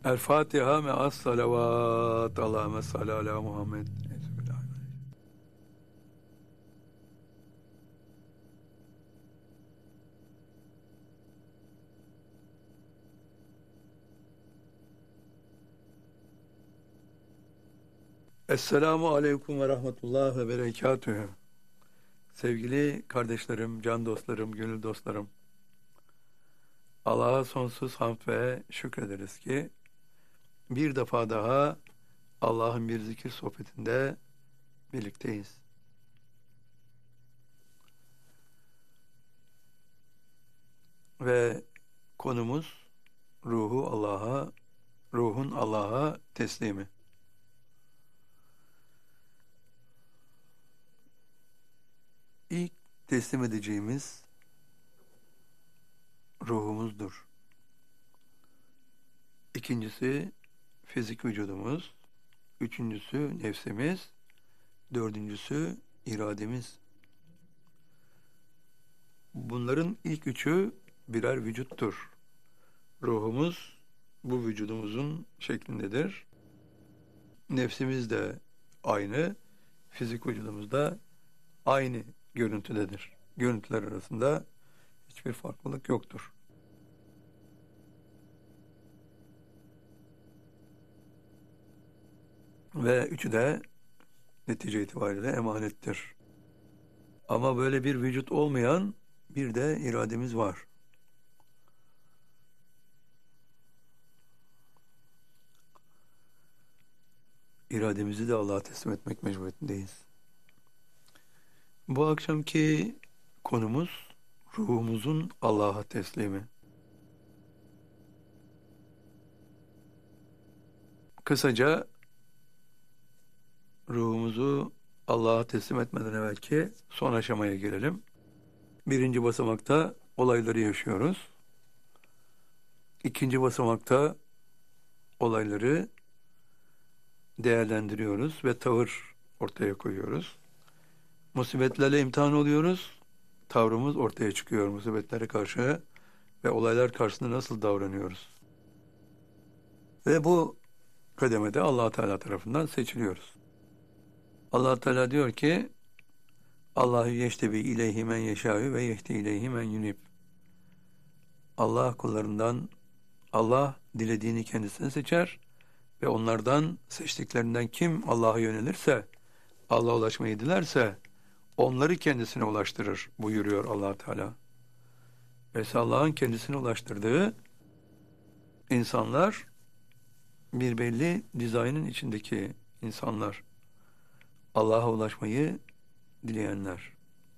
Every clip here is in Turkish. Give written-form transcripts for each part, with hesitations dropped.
El Fatiha me'as salavat. Allahümme salli ala Muhammed. Esselamu aleyküm ve rahmetullah ve berekatühü. Sevgili kardeşlerim, can dostlarım, gönül dostlarım. Allah'a sonsuz hamd ve şükrederiz ki bir defa daha Allah'ın bir zikir sohbetinde birlikteyiz. Ve konumuz ruhun Allah'a teslimi. İlk teslim edeceğimiz ruhumuzdur. İkincisi fizik vücudumuz. Üçüncüsü nefsimiz. Dördüncüsü irademiz. Bunların ilk üçü birer vücuttur. Ruhumuz bu vücudumuzun şeklindedir. Nefsimiz de aynı, fizik vücudumuz da aynı görüntüdedir. Görüntüler arasında hiçbir farklılık yoktur. Ve üçü de netice itibariyle emanettir. Ama böyle bir vücut olmayan bir de irademiz var. İrademizi de Allah'a teslim etmek mecburiyetindeyiz. Bu akşamki konumuz ruhumuzun Allah'a teslimi. Kısaca ruhumuzu Allah'a teslim etmeden evvelki son aşamaya gelelim. Birinci basamakta olayları yaşıyoruz. İkinci basamakta olayları değerlendiriyoruz ve tavır ortaya koyuyoruz. Musibetlerle imtihan oluyoruz. Tavrımız ortaya çıkıyor musibetlere karşı ve olaylar karşısında nasıl davranıyoruz. Ve bu kademede Allah Teala tarafından seçiliyoruz. Allah Teala diyor ki: Allahu yeştebi ileyhi men yeşâ'ü ve yehdi ileyhi men yunib. Allah dilediğini kendisine seçer ve onlardan seçtiklerinden kim Allah'a yönelirse, Allah'a ulaşmayı dilerse onları kendisine ulaştırır buyuruyor Allah Teala. Ve Allah'ın kendisine ulaştırdığı insanlar bir belli dizaynın içindeki insanlar. Allah'a ulaşmayı dileyenler.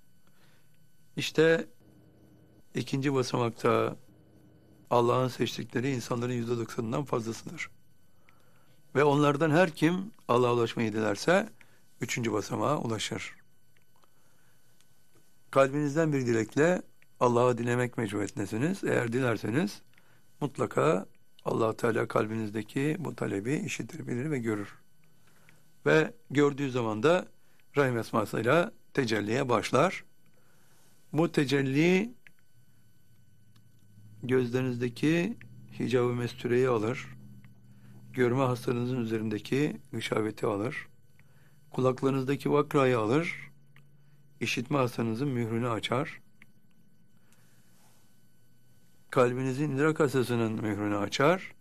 İşte ikinci basamakta Allah'ın seçtikleri insanların %90'ından fazlasıdır. Ve onlardan her kim Allah'a ulaşmayı dilerse üçüncü basamağa ulaşır. Kalbinizden bir dilekle Allah'a dilemek mecburiyetindesiniz. Eğer dilerseniz mutlaka Allah Teala kalbinizdeki bu talebi işitir, bilir ve görür. Ve gördüğü zaman da Rahim esmasıyla tecelliye başlar. Bu tecelli gözlerinizdeki hicab-ı mestüreyi alır. Görme hastalığınızın üzerindeki gışaveti alır. Kulaklarınızdaki vakrayı alır. İşitme hastanızın mührünü açar. Kalbinizin idrak hastasının mührünü açar.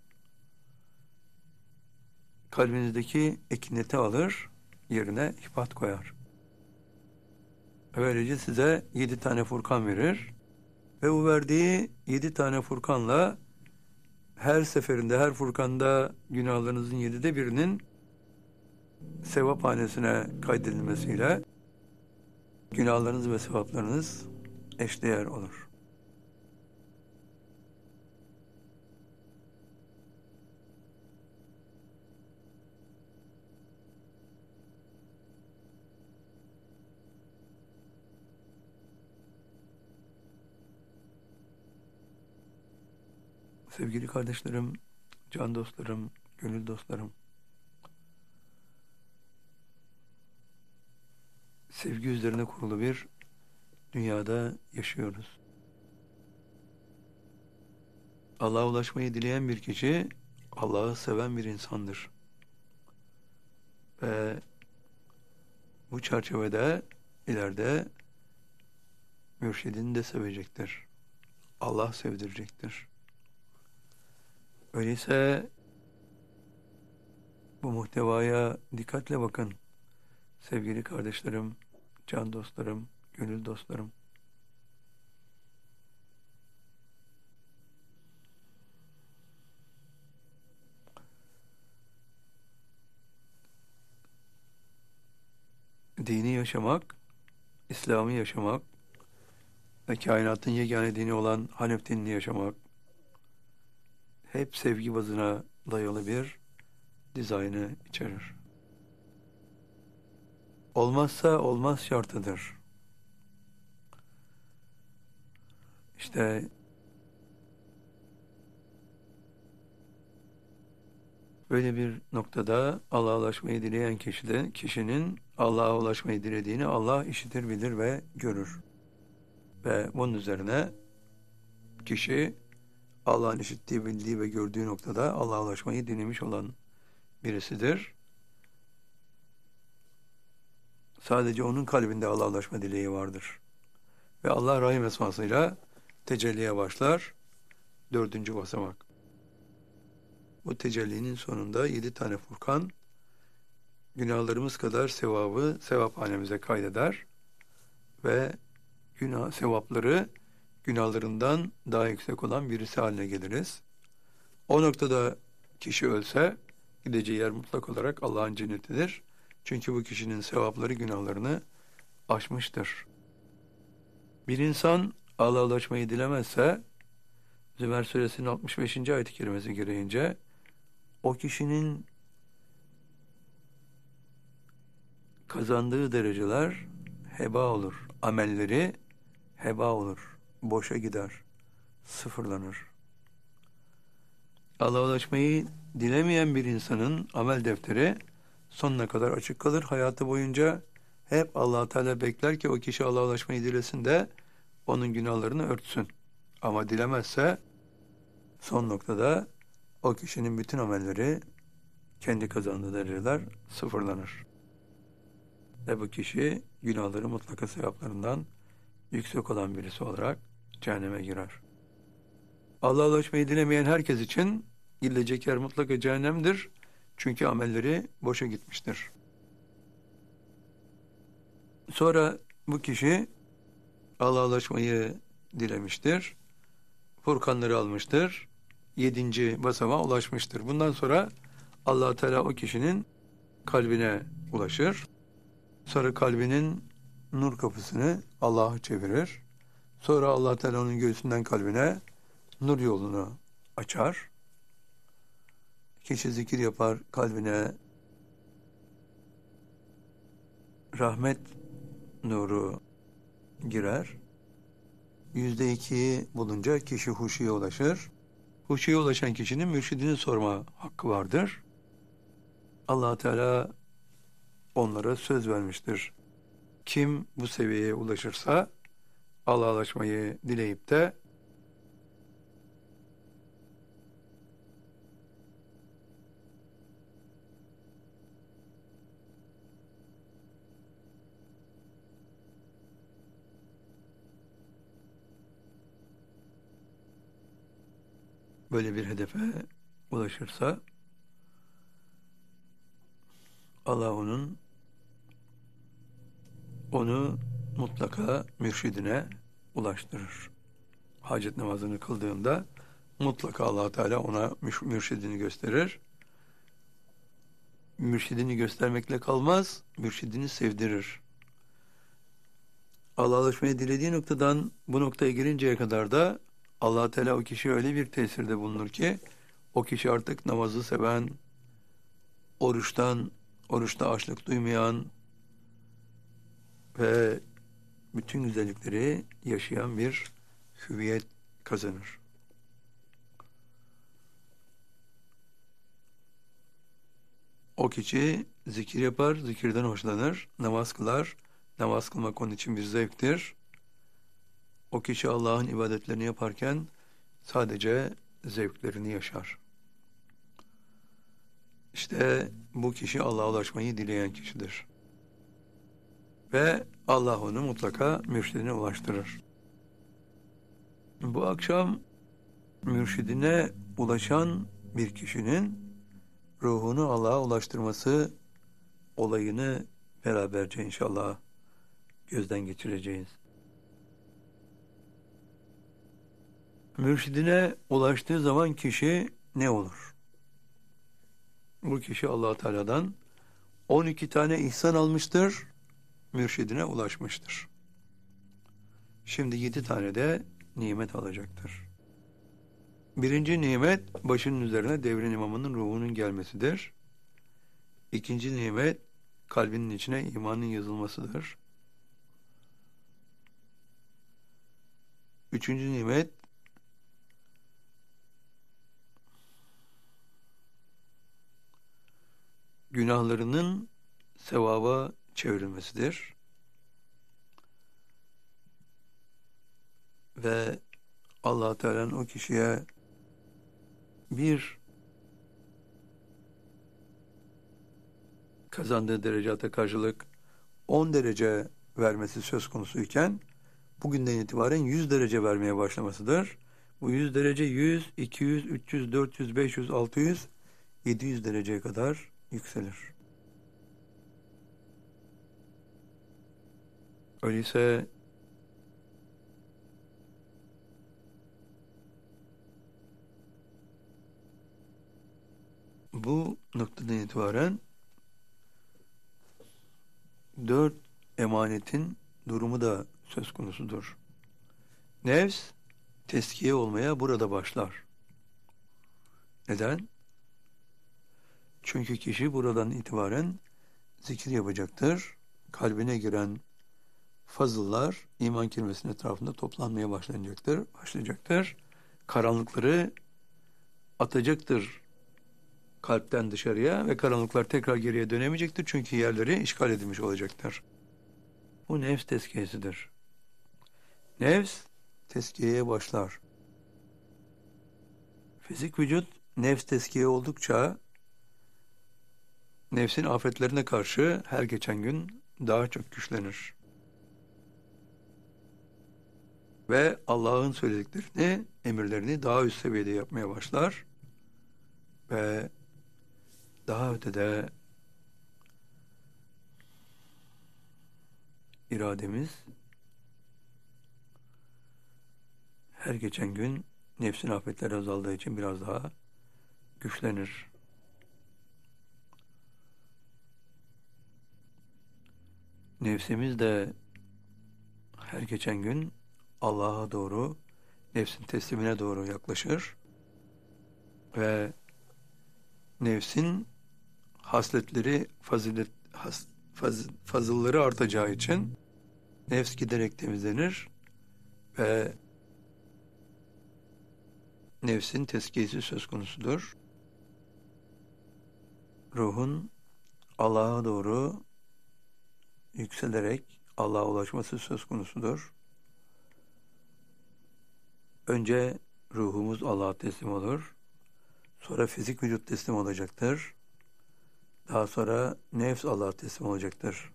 Kalbinizdeki ekineti alır, yerine ihbat koyar. Böylece size 7 tane Furkan verir. Ve bu verdiği 7 tane Furkanla her seferinde, her Furkan'da günahlarınızın 7'de birinin sevaphanesine kaydedilmesiyle günahlarınız ve sevaplarınız eşdeğer olur. Sevgili kardeşlerim, can dostlarım, gönül dostlarım, sevgi üzerine kurulu bir dünyada yaşıyoruz. Allah'a ulaşmayı dileyen bir kişi Allah'ı seven bir insandır. Ve bu çerçevede ileride mürşidini de sevecektir. Allah sevdirecektir. Öyleyse bu muhtevaya dikkatle bakın. Sevgili kardeşlerim, can dostlarım, gönül dostlarım. Dini yaşamak, İslam'ı yaşamak ve kainatın yegane dini olan Hanef dinini yaşamak hep sevgi bazına dayalı bir dizaynı içerir. Olmazsa olmaz şartıdır. İşte böyle bir noktada Allah'a ulaşmayı dileyen kişinin Allah'a ulaşmayı dilediğini Allah işitir, bilir ve görür. Ve bunun üzerine kişi Allah'ın işittiği, bildiği ve gördüğü noktada Allah'a ulaşmayı dilemiş olan birisidir. Sadece onun kalbinde Allah'a ulaşma dileği vardır. Ve Allah Rahim esmasıyla tecelliye başlar. 4. basamak. Bu tecellinin sonunda 7 tane Furkan, günahlarımız kadar sevabı sevaphanemize kaydeder ve sevapları günahlarından daha yüksek olan birisi haline geliriz. O noktada kişi ölse gideceği yer mutlak olarak Allah'ın cennetidir. Çünkü bu kişinin sevapları günahlarını aşmıştır. Bir insan Allah'a ulaşmayı dilemezse Zümer suresinin 65. ayet-i kerimesi gereğince o kişinin kazandığı dereceler heba olur. Amelleri heba olur. Boşa gider. Sıfırlanır. Allah'a ulaşmayı dilemeyen bir insanın amel defteri sonuna kadar açık kalır. Hayatı boyunca hep Allah Teala bekler ki o kişi Allah'a ulaşmayı dilesin de onun günahlarını örtsün. Ama dilemezse son noktada o kişinin bütün amelleri, kendi kazandığı dereceler sıfırlanır. Ve bu kişi günahları mutlaka sevaplarından yüksek olan birisi olarak cehenneme girer. Allah'a ulaşmayı dilemeyen herkes için gidecek yer mutlaka cehennemdir. Çünkü amelleri boşa gitmiştir. Sonra bu kişi Allah'a ulaşmayı dilemiştir. Furkanları almıştır. 7. basamağa ulaşmıştır. Bundan sonra Allah Teala o kişinin kalbine ulaşır. Sonra kalbinin nur kapısını Allah'a çevirir. Sonra Allah Teala onun göğsünden kalbine nur yolunu açar. Kişi zikir yapar, kalbine rahmet nuru girer. %2'yi bulunca kişi huşuya ulaşır. Huşuya ulaşan kişinin mürşidini sorma hakkı vardır. Allah Teala onlara söz vermiştir. Kim bu seviyeye ulaşırsa Allah'a ulaşmayı dileyip de böyle bir hedefe ulaşırsa Allah onu mutlaka mürşidine ulaştırır. Hacet namazını kıldığında mutlaka Allah Teala ona mürşidini gösterir. Mürşidini göstermekle kalmaz, mürşidini sevdirir. Allah'a ulaşmayı dilediği noktadan bu noktaya gelinceye kadar da Allah Teala o kişiye öyle bir tesirde bulunur ki o kişi artık namazı seven, oruçta açlık duymayan ve bütün güzellikleri yaşayan bir hüviyet kazanır. O kişi zikir yapar, zikirden hoşlanır, namaz kılar, namaz kılmak onun için bir zevktir. O kişi Allah'ın ibadetlerini yaparken sadece zevklerini yaşar. İşte bu kişi Allah'a ulaşmayı dileyen kişidir. Ve Allah onu mutlaka mürşidine ulaştırır. Bu akşam mürşidine ulaşan bir kişinin ruhunu Allah'a ulaştırması olayını beraberce inşallah gözden geçireceğiz. Mürşidine ulaştığı zaman kişi ne olur? Bu kişi Allah Teala'dan 12 tane ihsan almıştır, mürşidine ulaşmıştır. Şimdi 7 tane de nimet alacaktır. Birinci nimet başının üzerine devrin imamının ruhunun gelmesidir. İkinci nimet kalbinin içine imanın yazılmasıdır. Üçüncü nimet günahlarının sevaba çevrilmesidir. Ve Allah Teala'nın o kişiye bir kazandığı derecata karşılık 10 derece vermesi söz konusuyken bugünden itibaren 100 derece vermeye başlamasıdır. Bu 100 derece 100, 200, 300, 400, 500, 600, 700 dereceye kadar yükselir. Öyleyse bu noktadan itibaren 4 emanetin durumu da söz konusudur. Nefs teskiye olmaya burada başlar. Neden? Çünkü kişi buradan itibaren zikir yapacaktır. Kalbine giren fazıllar iman kelimesinin etrafında toplanmaya başlayacaktır. Karanlıkları atacaktır kalpten dışarıya ve karanlıklar tekrar geriye dönemeyecektir çünkü yerleri işgal edilmiş olacaktır. Bu nefs tezkiyesidir. Nefs tezkiyeye başlar. Fizik vücut nefs tezkiye oldukça nefsin afetlerine karşı her geçen gün daha çok güçlenir. Ve Allah'ın söylediklerini, emirlerini daha üst seviyede yapmaya başlar. Ve daha ötede irademiz her geçen gün nefsin afetleri azaldığı için biraz daha güçlenir. Nefsimiz de her geçen gün Allah'a doğru, nefsin teslimine doğru yaklaşır ve nefsin hasletleri, fazılları artacağı için nefs giderek temizlenir ve nefsin tezkiyesi söz konusudur. Ruhun Allah'a doğru yükselerek Allah'a ulaşması söz konusudur. Önce ruhumuz Allah'a teslim olur. Sonra fizik vücut teslim olacaktır. Daha sonra nefs Allah'a teslim olacaktır.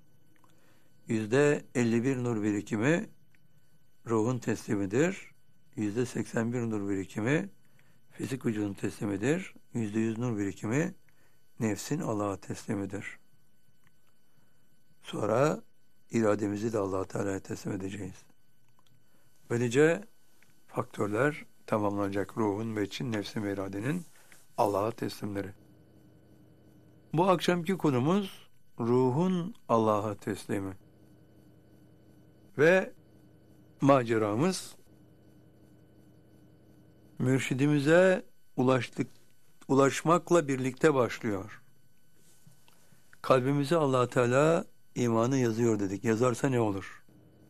%51 nur birikimi ruhun teslimidir. %81 nur birikimi fizik vücudun teslimidir. %100 nur birikimi nefsin Allah'a teslimidir. Sonra irademizi de Allah Teala'ya teslim edeceğiz. Böylece faktörler tamamlanacak ruhun ve için nefsin ve iradenin Allah'a teslimleri. Bu akşamki konumuz ruhun Allah'a teslimi. Ve maceramız mürşidimize ulaşmakla birlikte başlıyor. Kalbimize Allah Teala imanı yazıyor dedik. Yazarsa ne olur?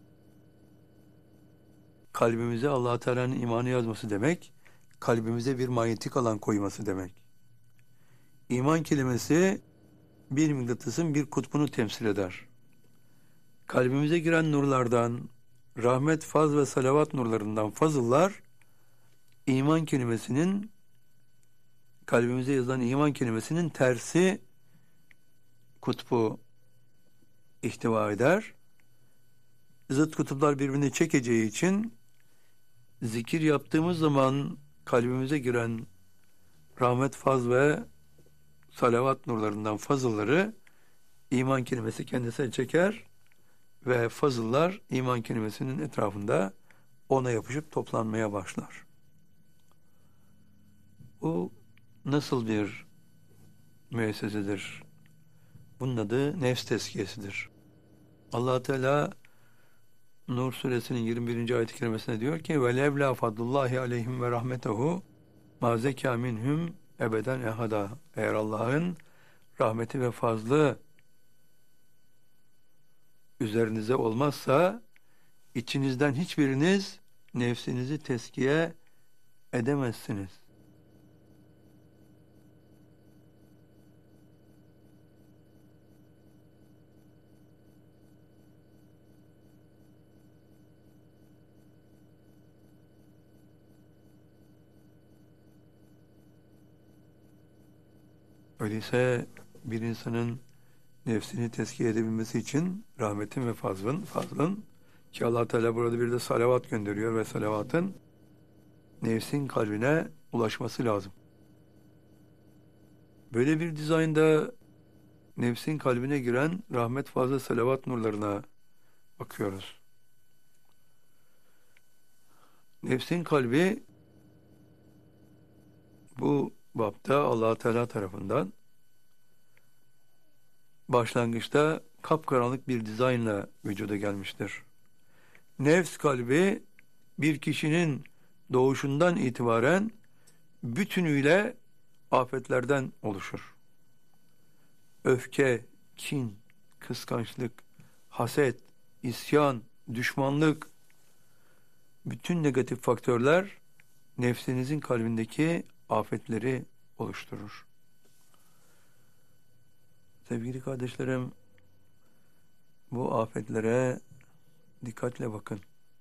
Kalbimize Allah Teala'nın imanı yazması demek, kalbimize bir manyetik alan koyması demek. İman kelimesi bir mıknatısın bir kutbunu temsil eder. Kalbimize giren nurlardan, rahmet, faz ve salavat nurlarından fazıllar, iman kelimesinin kalbimize yazılan iman kelimesinin tersi kutbu ihtiva eder. Zıt kutuplar birbirini çekeceği için zikir yaptığımız zaman kalbimize giren rahmet, faz ve salavat nurlarından fazılları iman kelimesi kendisine çeker ve fazıllar iman kelimesinin etrafında ona yapışıp toplanmaya başlar. Bu nasıl bir müessesedir? Bunun adı nefs tezkiyesidir. Allah Teala Nur suresinin 21. ayet-i kerimesinde diyor ki ve levla fadlullahi aleyhim ve rahmetehu ma zeka minhum ebeden ehada. Eğer Allah'ın rahmeti ve fazlı üzerinize olmazsa içinizden hiçbiriniz nefsinizi tezkiye edemezsiniz. Öyleyse bir insanın nefsini tezkiye edebilmesi için rahmetin ve fazlın ki Allah Teala burada bir de salavat gönderiyor ve salavatın nefsin kalbine ulaşması lazım. Böyle bir dizaynda nefsin kalbine giren rahmet, fazla, salavat nurlarına bakıyoruz. Nefsin kalbi bu bapta Allah Teala tarafından başlangıçta kapkaranlık bir dizaynla vücuda gelmiştir. Nefs kalbi bir kişinin doğuşundan itibaren bütünüyle afetlerden oluşur. Öfke, kin, kıskançlık, haset, isyan, düşmanlık, bütün negatif faktörler nefsinizin kalbindeki afetleri oluşturur. Sevgili kardeşlerim, bu afetlere dikkatle bakın.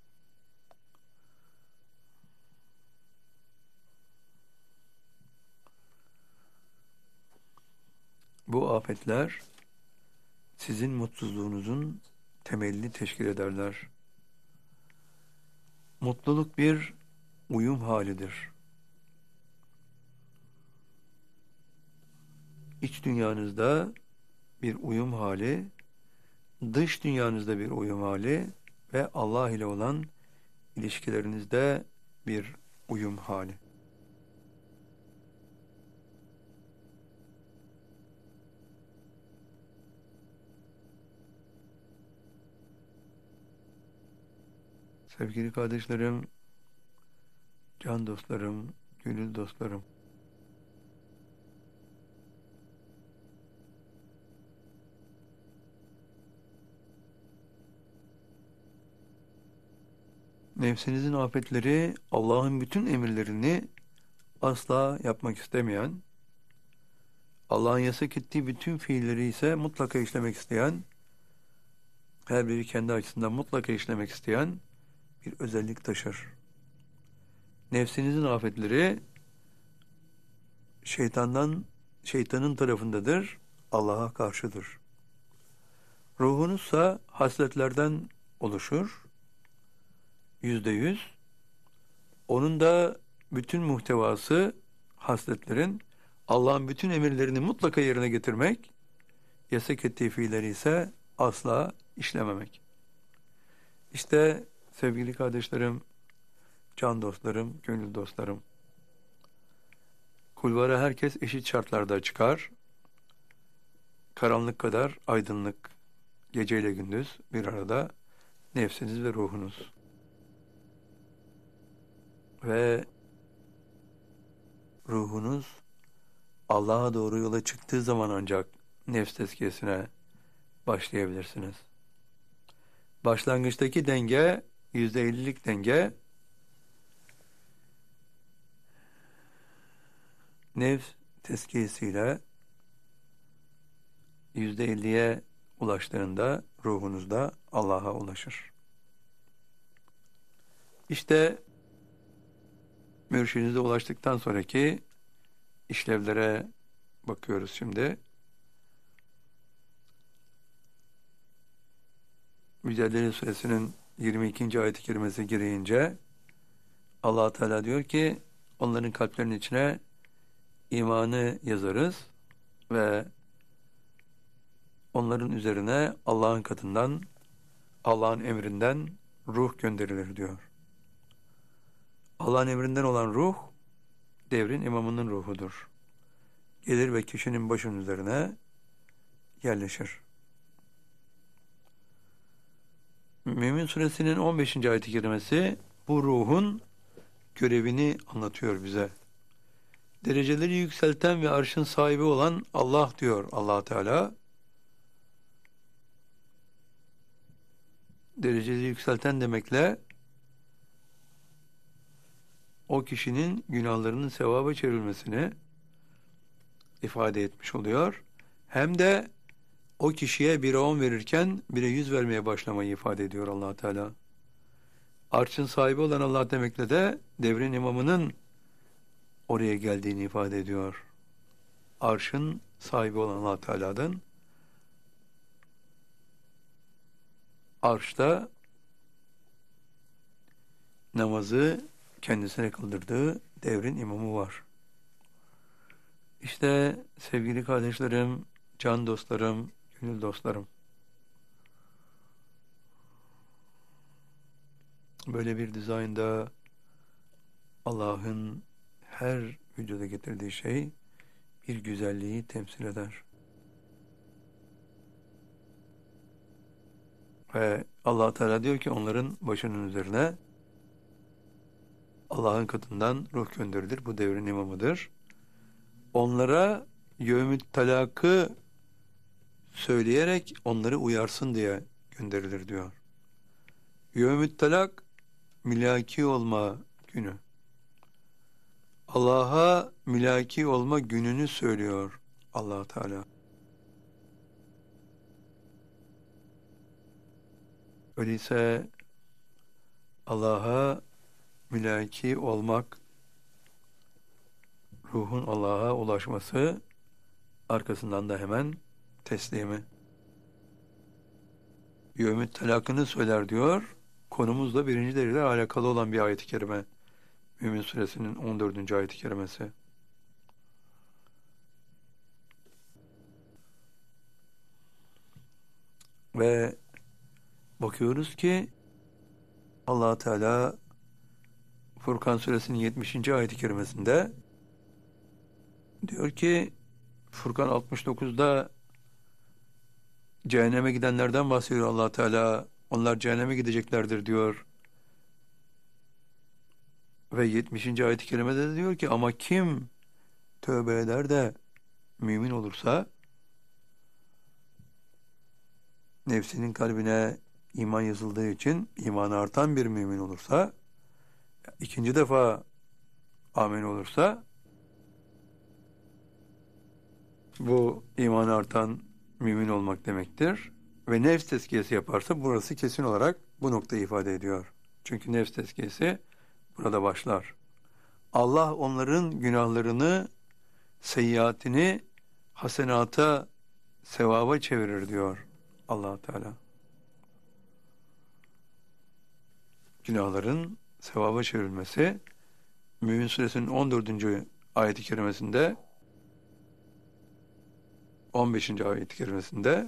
Bu afetler sizin mutsuzluğunuzun temelini teşkil ederler. Mutluluk bir uyum halidir. İç dünyanızda bir uyum hali, dış dünyanızda bir uyum hali ve Allah ile olan ilişkilerinizde bir uyum hali. Sevgili kardeşlerim, can dostlarım, gönül dostlarım, nefsinizin afetleri Allah'ın bütün emirlerini asla yapmak istemeyen, Allah'ın yasak ettiği bütün fiilleri ise mutlaka işlemek isteyen, her biri kendi açısından mutlaka işlemek isteyen bir özellik taşır. Nefsinizin afetleri şeytanın tarafındadır, Allah'a karşıdır. Ruhunuzsa hasletlerden oluşur, %100. Onun da bütün muhtevası hasletlerin Allah'ın bütün emirlerini mutlaka yerine getirmek, yasak ettiği fiilleri ise asla işlememek. İşte sevgili kardeşlerim, can dostlarım, gönül dostlarım, kulvara herkes eşit şartlarda çıkar. Karanlık kadar aydınlık, geceyle gündüz bir arada nefsiniz ve ruhunuz. Ve ruhunuz Allah'a doğru yola çıktığı zaman ancak nefs tezkiyesine başlayabilirsiniz. Başlangıçtaki denge, %50'lik denge, nefs tezkiyesiyle %50'ye ulaştığında ruhunuzda Allah'a ulaşır. İşte mürşidinize ulaştıktan sonraki işlevlere bakıyoruz şimdi. Mücadele Suresinin 22. ayet-i kerimesi girince Allah Teala diyor ki onların kalplerinin içine imanı yazarız ve onların üzerine Allah'ın katından, Allah'ın emrinden ruh gönderilir diyor. Allah'ın emrinden olan ruh, devrin imamının ruhudur. Gelir ve kişinin başının üzerine yerleşir. Mümin Suresinin 15. ayet-i kerimesi bu ruhun görevini anlatıyor bize. Dereceleri yükselten ve arşın sahibi olan Allah diyor Allah Teala. Dereceleri yükselten demekle o kişinin günahlarının sevaba çevrilmesini ifade etmiş oluyor. Hem de o kişiye 1'e 10 verirken 1'e 100 vermeye başlamayı ifade ediyor Allah Teala. Arşın sahibi olan Allah demekle de devrin imamının oraya geldiğini ifade ediyor. Arşın sahibi olan Allah Teala'dan arşta namazı kendisine kıldırdığı devrin imamı var. İşte sevgili kardeşlerim, can dostlarım, gönül dostlarım, böyle bir dizaynda Allah'ın her vücuda getirdiği şey bir güzelliği temsil eder. Ve Allah Teala diyor ki onların başının üzerine Allah'ın katından ruh gönderilir. Bu devrin imamıdır. Onlara yevmü talakı söyleyerek onları uyarsın diye gönderilir diyor. Yevmü talak mülaki olma günü. Allah'a mülaki olma gününü söylüyor Allah Teala. Öyleyse Allah'a mülaki olmak, ruhun Allah'a ulaşması, arkasından da hemen teslimi. Yevmü telakını söyler diyor. Konumuzla birinci derecede alakalı olan bir ayet-i kerime. Mümin Suresinin 14. ayet-i kerimesi. Ve bakıyoruz ki Allah Teala Furkan Suresinin 70. ayet-i kerimesinde diyor ki Furkan 69'da cehenneme gidenlerden bahsediyor Allah Teala. Onlar cehenneme gideceklerdir diyor. Ve 70. ayet-i kerimede de diyor ki ama kim tövbe eder de mümin olursa nefsinin kalbine iman yazıldığı için imanı artan bir mümin olursa ikinci defa amin olursa bu imanı artan mümin olmak demektir. Ve nefs tezkiyesi yaparsa burası kesin olarak bu noktayı ifade ediyor. Çünkü nefs tezkiyesi burada başlar. Allah onların günahlarını, seyyiatini hasenata, sevaba çevirir diyor Allah Teala. Günahların sevaba çevrilmesi Mümin Suresinin 14. ayet-i kerimesinde 15. ayet-i kerimesinde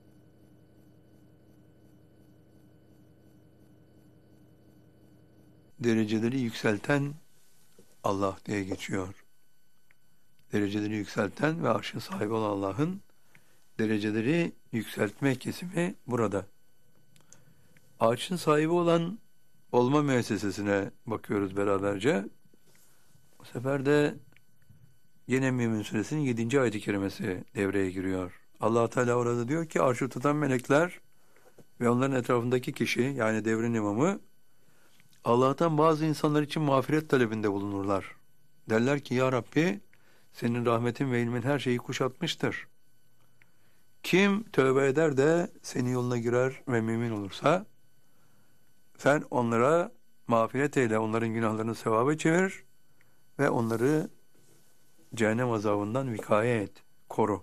dereceleri yükselten Allah diye geçiyor. Dereceleri yükselten ve arşın sahibi olan Allah'ın dereceleri yükseltme kesimi burada. Arşın sahibi olan olma müessesesine bakıyoruz beraberce. Bu sefer de yine Mümin Suresinin 7. ayet-i kerimesi devreye giriyor. Allah Teala orada diyor ki arşı tutan melekler ve onların etrafındaki kişi yani devrin imamı Allah'tan bazı insanlar için mağfiret talebinde bulunurlar. Derler ki ya Rabbi senin rahmetin ve ilmin her şeyi kuşatmıştır. Kim tövbe eder de senin yoluna girer ve mümin olursa sen onlara mağfiret eyle, onların günahlarını sevaba çevir ve onları cehennem azabından vikaye et, koru.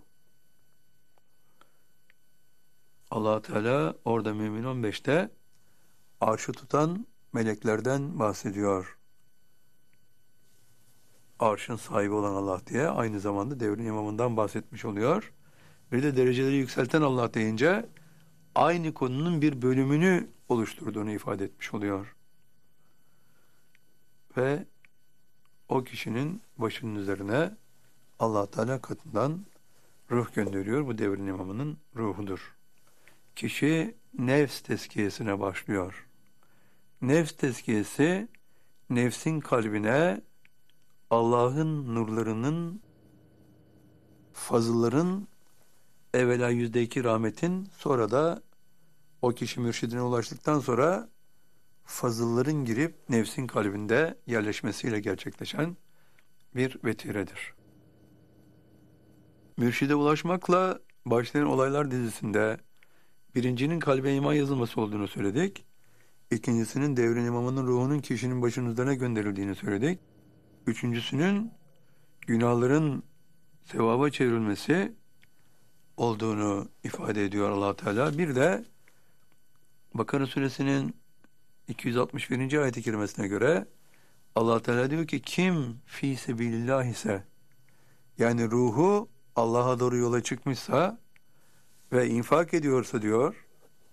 Allah Teala orada Mümin 15'te arşı tutan meleklerden bahsediyor. Arşın sahibi olan Allah diye aynı zamanda devrin imamından bahsetmiş oluyor. Bir de dereceleri yükselten Allah deyince aynı konunun bir bölümünü oluşturduğunu ifade etmiş oluyor. Ve o kişinin başının üzerine Allah Teala katından ruh gönderiyor. Bu devrin imamının ruhudur. Kişi nefs tezkiyesine başlıyor. Nefs tezkiyesi, nefsin kalbine Allah'ın nurlarının, fazılların, evvela %2 rahmetin, sonra da o kişi mürşidine ulaştıktan sonra fazılların girip nefsin kalbinde yerleşmesiyle gerçekleşen bir vetiredir. Mürşide ulaşmakla başlayan olaylar dizisinde birincinin kalbe iman yazılması olduğunu söyledik. İkincisinin devrin imamının ruhunun kişinin başının üzerine gönderildiğini söyledik. Üçüncüsünün günahların sevaba çevrilmesi olduğunu ifade ediyor Allah Teala. Bir de Bakara suresinin 261. ayet-i kerimesine göre Allah Teala diyor ki kim fî sebilillah ise, yani ruhu Allah'a doğru yola çıkmışsa ve infak ediyorsa diyor,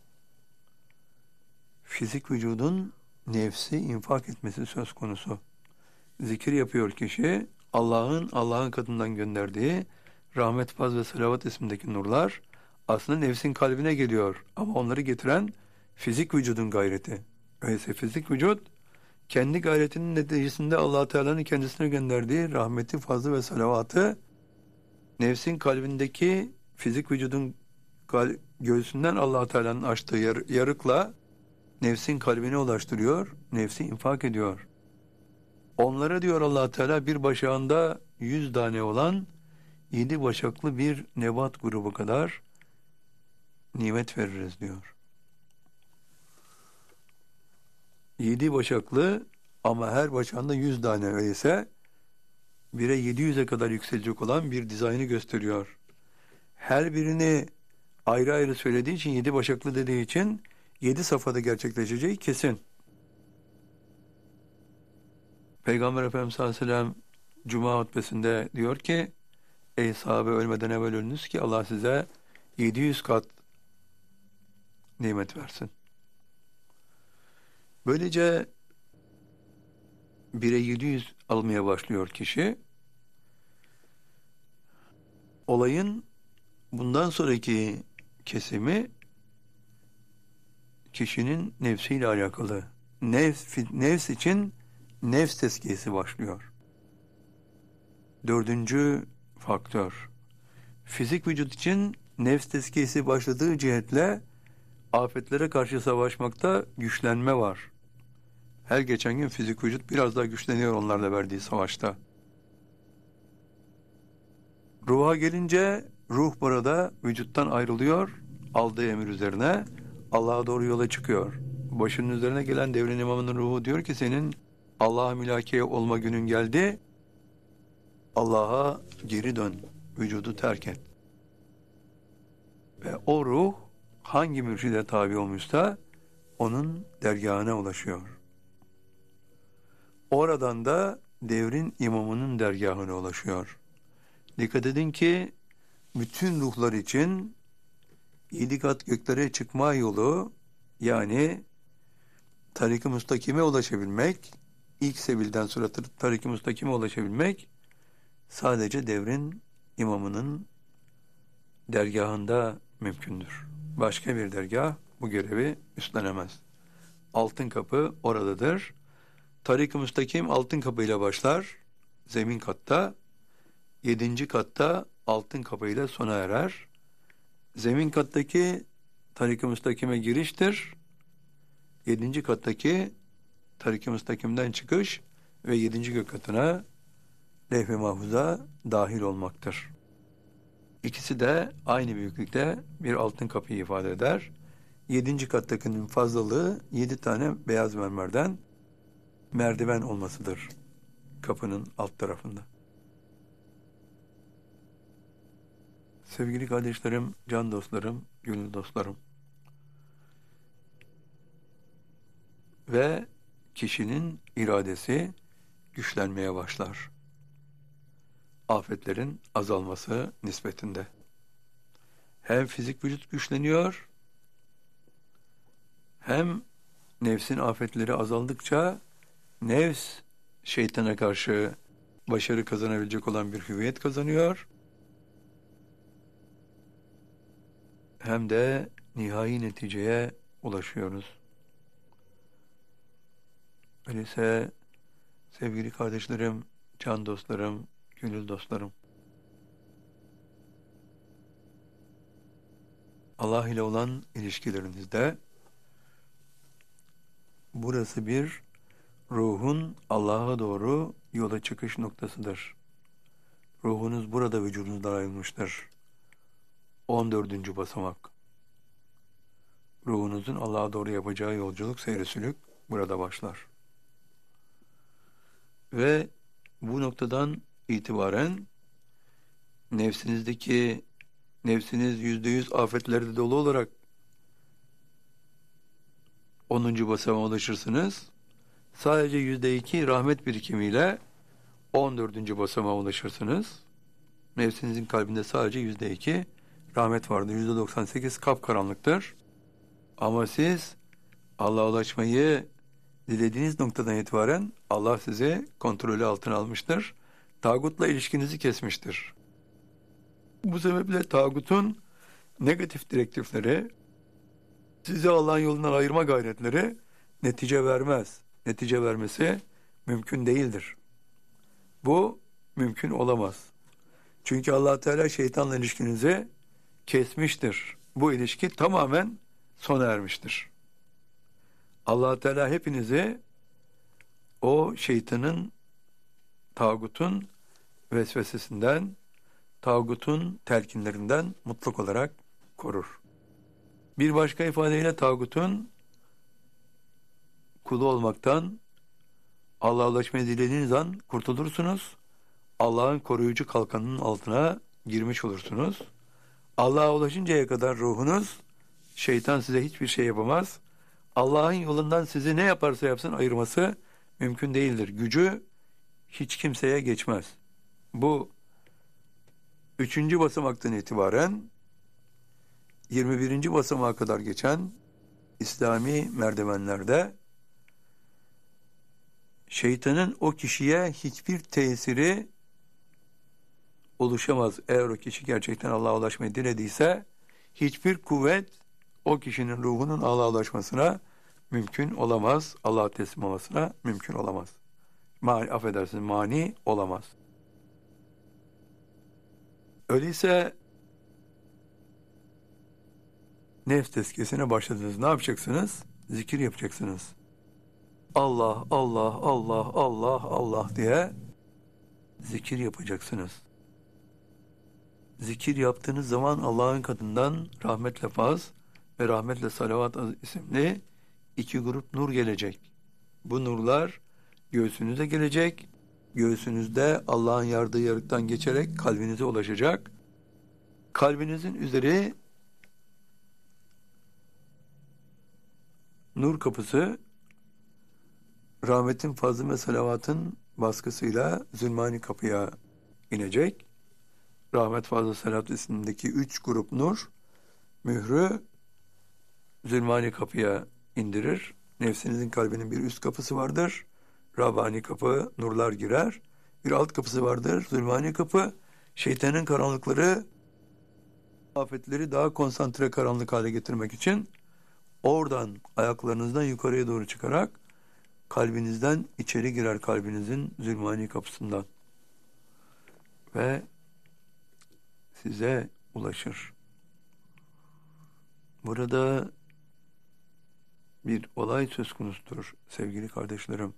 fizik vücudun nefsi infak etmesi söz konusu. Zikir yapıyor kişi, Allah'ın katından gönderdiği rahmet, faz ve selavat ismindeki nurlar aslında nefsin kalbine geliyor. Ama onları getiren fizik vücudun gayreti. Öyleyse fizik vücut kendi gayretinin neticesinde Allah Teala'nın kendisine gönderdiği rahmeti, fazlı ve salavatı nefsin kalbindeki fizik vücudun göğsünden Allah Teala'nın açtığı yarıkla nefsin kalbine ulaştırıyor, nefsi infak ediyor. Onlara diyor Allah Teala bir başağında 100 tane olan 7 başaklı bir nebat grubu kadar nimet veririz diyor. 7 başaklı ama her başağında 100 tane, öyleyse 1'e 700'e kadar yükselecek olan bir dizaynı gösteriyor. Her birini ayrı ayrı söylediği için, 7 başaklı dediği için 7 safhada gerçekleşeceği kesin. Peygamber Efendimiz sallallahu aleyhi ve sellem Cuma hutbesinde diyor ki, ey sahabe, ölmeden evvel ölünüz ki Allah size 700 kat nimet versin. Böylece 1'e 700 almaya başlıyor kişi. Olayın bundan sonraki kesimi kişinin nefsiyle alakalı. Nefs için nefs tezkiyesi başlıyor. 4. faktör. Fizik vücut için nefs tezkiyesi başladığı cihetle afetlere karşı savaşmakta güçlenme var. Her geçen gün fizik vücut biraz daha güçleniyor onlarla verdiği savaşta. Ruha gelince ruh burada vücuttan ayrılıyor, aldığı emir üzerine Allah'a doğru yola çıkıyor. Başının üzerine gelen devrin imamının ruhu diyor ki senin Allah'a mülakeye olma günün geldi. Allah'a geri dön, vücudu terk et. Ve o ruh hangi mürşide tabi olmuşsa onun dergahına ulaşıyor. Oradan da devrin imamının dergahına ulaşıyor. Dikkat edin ki bütün ruhlar için 7 kat göklere çıkma yolu, yani tarik-i müstakime ulaşabilmek, ilk sebilden sonra tarik-i müstakime ulaşabilmek sadece devrin imamının dergahında mümkündür. Başka bir dergah bu görevi üstlenemez. Altın kapı oradadır. Tarik-i müstakim altın kapıyla başlar, zemin katta. 7. katta altın kapıyla sona erer. Zemin kattaki tarik-i müstakime giriştir. 7. kattaki tarik-i müstakimden çıkış ve 7. gök katına, levh-i mahfuza dahil olmaktır. İkisi de aynı büyüklükte bir altın kapıyı ifade eder. 7. kattakinin fazlalığı 7 tane beyaz mermerden merdiven olmasıdır kapının alt tarafında. Sevgili kardeşlerim, can dostlarım, gönül dostlarım. Ve kişinin iradesi güçlenmeye başlar. Afetlerin azalması nispetinde. Hem fizik vücut güçleniyor, hem nefsin afetleri azaldıkça nefs şeytana karşı başarı kazanabilecek olan bir hüviyet kazanıyor. Hem de nihai neticeye ulaşıyoruz. Öyleyse sevgili kardeşlerim, can dostlarım, gönül dostlarım, Allah ile olan ilişkilerinizde burası bir ruhun Allah'a doğru yola çıkış noktasıdır. Ruhunuz burada vücudunuzdan ayrılmıştır. 14. basamak. Ruhunuzun Allah'a doğru yapacağı yolculuk, seyri burada başlar. Ve bu noktadan itibaren nefsiniz %100 afetlerde dolu olarak 10. basamağa ulaşırsınız. Sadece %2 rahmet birikimiyle 14. basamağa ulaşırsınız. Nefsinizin kalbinde sadece %2 rahmet vardır. %98 kapkaranlıktır. Ama siz Allah'a ulaşmayı dilediğiniz noktadan itibaren Allah sizi kontrolü altına almıştır. Tağutla ilişkinizi kesmiştir. Bu sebeple tağutun negatif direktifleri, sizi Allah'ın yolundan ayırma gayretleri netice vermez. Netice vermesi mümkün değildir. Bu mümkün olamaz. Çünkü Allah Teala şeytanla ilişkinizi kesmiştir. Bu ilişki tamamen sona ermiştir. Allah Teala hepinizi o şeytanın, tağutun vesvesesinden, tağutun telkinlerinden mutlak olarak korur. Bir başka ifadeyle tağutun kulu olmaktan Allah'a ulaşmayı dilediğiniz an kurtulursunuz. Allah'ın koruyucu kalkanının altına girmiş olursunuz. Allah'a ulaşıncaya kadar ruhunuz, şeytan size hiçbir şey yapamaz. Allah'ın yolundan sizi ne yaparsa yapsın ayırması mümkün değildir. Gücü hiç kimseye geçmez. Bu 3. basamaktan itibaren 21. basamağa kadar geçen İslami merdivenlerde şeytanın o kişiye hiçbir tesiri oluşamaz. Eğer o kişi gerçekten Allah'a ulaşmayı dilediyse hiçbir kuvvet o kişinin ruhunun Allah'a ulaşmasına mümkün olamaz. Allah'a teslim olmasına mümkün olamaz. Mani olamaz. Öyleyse nefs tezkiyesine başladınız. Ne yapacaksınız? Zikir yapacaksınız. Allah, Allah, Allah, Allah, Allah diye zikir yapacaksınız. Zikir yaptığınız zaman Allah'ın katından rahmetle faz ve rahmetle salavat isimli 2 grup nur gelecek. Bu nurlar göğsünüze gelecek. Göğsünüzde Allah'ın yardığı yarıktan geçerek kalbinize ulaşacak. Kalbinizin üzeri nur kapısı rahmetin, fazlı ve salavatın baskısıyla zulmani kapıya inecek. Rahmet, fazla, salat isimdeki 3 grup nur mührü zulmani kapıya indirir. Nefsinizin kalbinin bir üst kapısı vardır. Rabbani kapı, nurlar girer. Bir alt kapısı vardır. Zulmani kapı, şeytanın karanlıkları, afetleri daha konsantre karanlık hale getirmek için oradan ayaklarınızdan yukarıya doğru çıkarak kalbinizden içeri girer, kalbinizin zulmani kapısından ve size ulaşır. Burada bir olay söz konusudur sevgili kardeşlerim.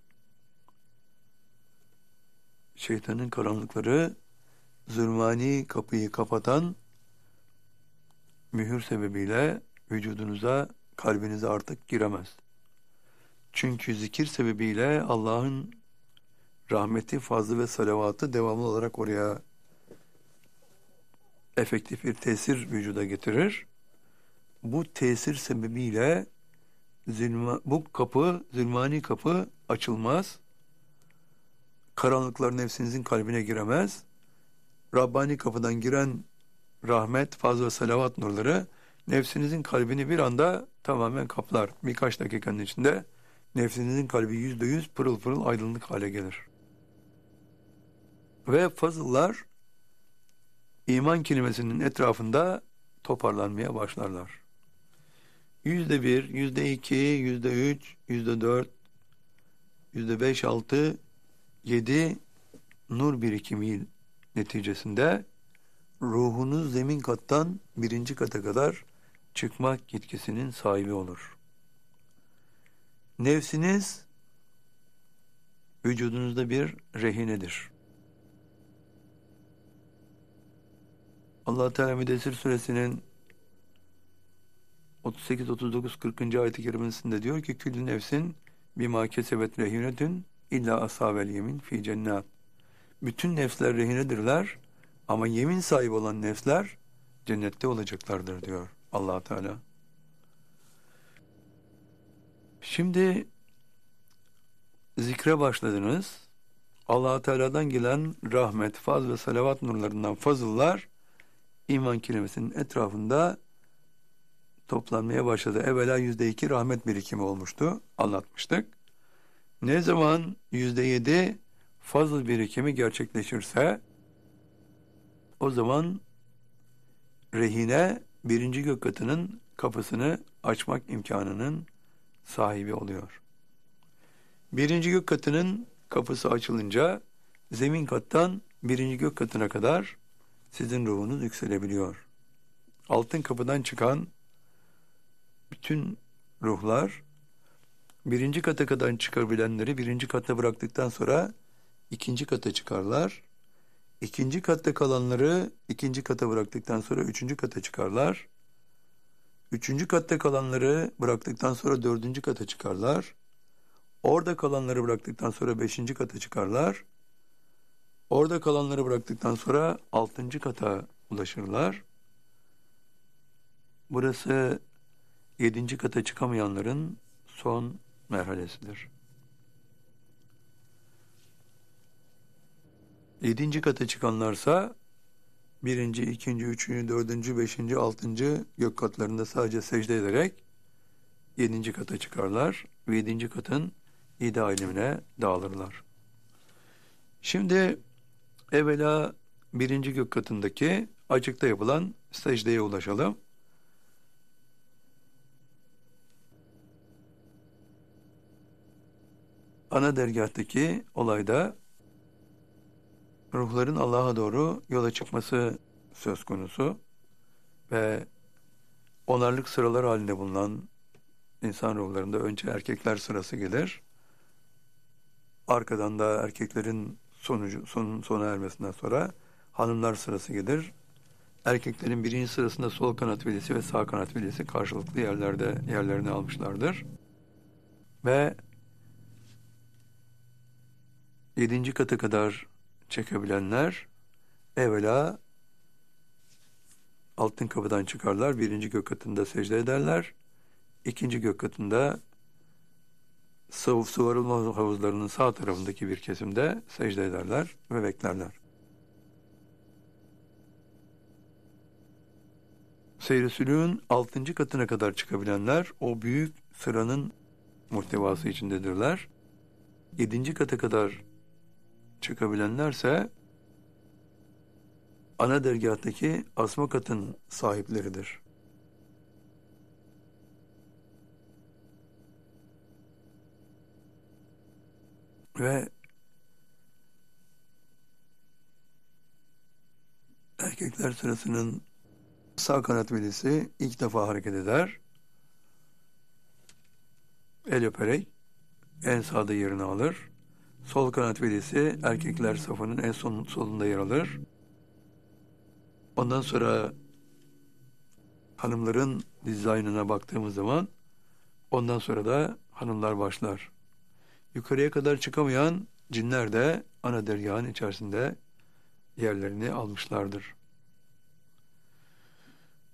Şeytanın karanlıkları zulmani kapıyı kapatan mühür sebebiyle vücudunuza, kalbinize artık giremez. Çünkü zikir sebebiyle Allah'ın rahmeti, fazlı ve salavatı devamlı olarak oraya efektif bir tesir vücuda getirir. Bu tesir sebebiyle bu kapı, zulmani kapı açılmaz. Karanlıklar nefsinizin kalbine giremez. Rabbani kapıdan giren rahmet, faz ve salavat nurları nefsinizin kalbini bir anda tamamen kaplar. Birkaç dakikanın içinde nefsinizin kalbi %100 pırıl pırıl aydınlık hale gelir. Ve fazıllar iman kelimesinin etrafında toparlanmaya başlarlar. %1, %2, %3, %4, %5, 6, 7 nur birikimi neticesinde ruhunuz zemin kattan birinci kata kadar çıkmak yetkisinin sahibi olur. Nefsiniz vücudunuzda bir rehinedir. Allah Teala Müddessir suresinin 38, 39, 40. ayet-i kerimesinde diyor ki küllü nefsin bima kesebet rehinetün illa ashabel yemin fi cennet. Bütün nefsler rehinedirler ama yemin sahibi olan nefsler cennette olacaklardır diyor Allah Teala. Şimdi zikre başladınız. Allah Teala'dan gelen rahmet, faz ve salavat nurlarından fazıllar iman kelimesinin etrafında toplanmaya başladı. Evvela %2 rahmet birikimi olmuştu. Anlatmıştık. Ne zaman %7 fazıl birikimi gerçekleşirse o zaman rehine birinci gök katının kapısını açmak imkanının sahibi oluyor. Birinci gök katının kapısı açılınca zemin kattan birinci gök katına kadar sizin ruhunuz yükselebiliyor. Altın kapıdan çıkan bütün ruhlar birinci kata kadar çıkabilenleri birinci katta bıraktıktan sonra ikinci kata çıkarlar. İkinci katta kalanları ikinci kata bıraktıktan sonra üçüncü kata çıkarlar. Üçüncü katta kalanları bıraktıktan sonra dördüncü kata çıkarlar. Orada kalanları bıraktıktan sonra beşinci kata çıkarlar. Orada kalanları bıraktıktan sonra altıncı kata ulaşırlar. Burası yedinci kata çıkamayanların son merhalesidir. Yedinci kata çıkanlarsa birinci, ikinci, üçüncü, dördüncü, beşinci, altıncı gök katlarında sadece secde ederek yedinci kata çıkarlar ve yedinci katın İde ilimine dağılırlar. Şimdi evvela birinci gök katındaki açıkta yapılan secdeye ulaşalım. Ana dergahtaki olayda ruhların Allah'a doğru yola çıkması söz konusu ve onarlık sıralar halinde bulunan insan ruhlarında önce erkekler sırası gelir. Arkadan da erkeklerin sona ermesinden sonra hanımlar sırası gelir. Erkeklerin birinci sırasında sol kanat velisi ve sağ kanat velisi karşılıklı yerlerini almışlardır. Ve yedinci kata kadar çekebilenler evvela altın kapıdan çıkarlar. Birinci gök katında secde ederler. İkinci gök katında sıvarılma havuzlarının sağ tarafındaki bir kesimde secde ederler ve beklerler. Seyr-i Sülûk'ün 6. katına kadar çıkabilenler o büyük sıranın muhtevası içindedirler. 7. kata kadar çıkabilenlerse ana dergahtaki asma katın sahipleridir. Ve erkekler sırasının sağ kanat velisi ilk defa hareket eder. El öperek en sağda yerini alır. Sol kanat velisi erkekler safının en solunda yer alır. Ondan sonra hanımların dizaynına baktığımız zaman ondan sonra da hanımlar başlar. Yukarıya kadar çıkamayan cinler de ana dergahın içerisinde yerlerini almışlardır.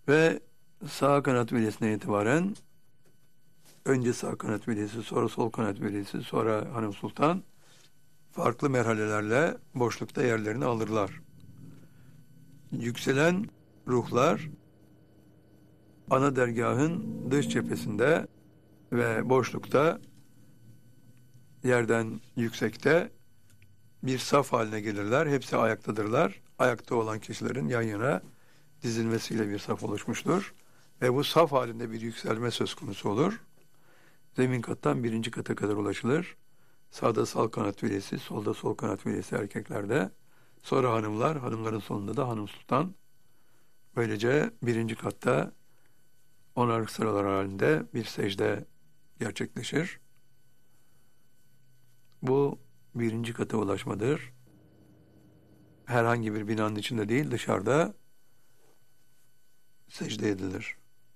Ve sağ kanat velisinden itibaren önce sağ kanat velisi, sonra sol kanat velisi, sonra hanım sultan farklı merhalelerle boşlukta yerlerini alırlar. Yükselen ruhlar ana dergahın dış cephesinde ve boşlukta yerden yüksekte bir saf haline gelirler. Hepsi ayaktadırlar. Ayakta olan kişilerin yan yana dizilmesiyle bir saf oluşmuştur. Ve bu saf halinde bir yükselme söz konusu olur. Zemin kattan birinci kata kadar ulaşılır. Sağda sağ kanat velisi, solda sol kanat velisi erkeklerde. Sonra hanımlar, hanımların sonunda da hanım sultan. Böylece birinci katta onarlık sıralar halinde bir secde gerçekleşir. Bu birinci kata ulaşmadır. Herhangi bir binanın içinde değil, dışarıda secde edilir.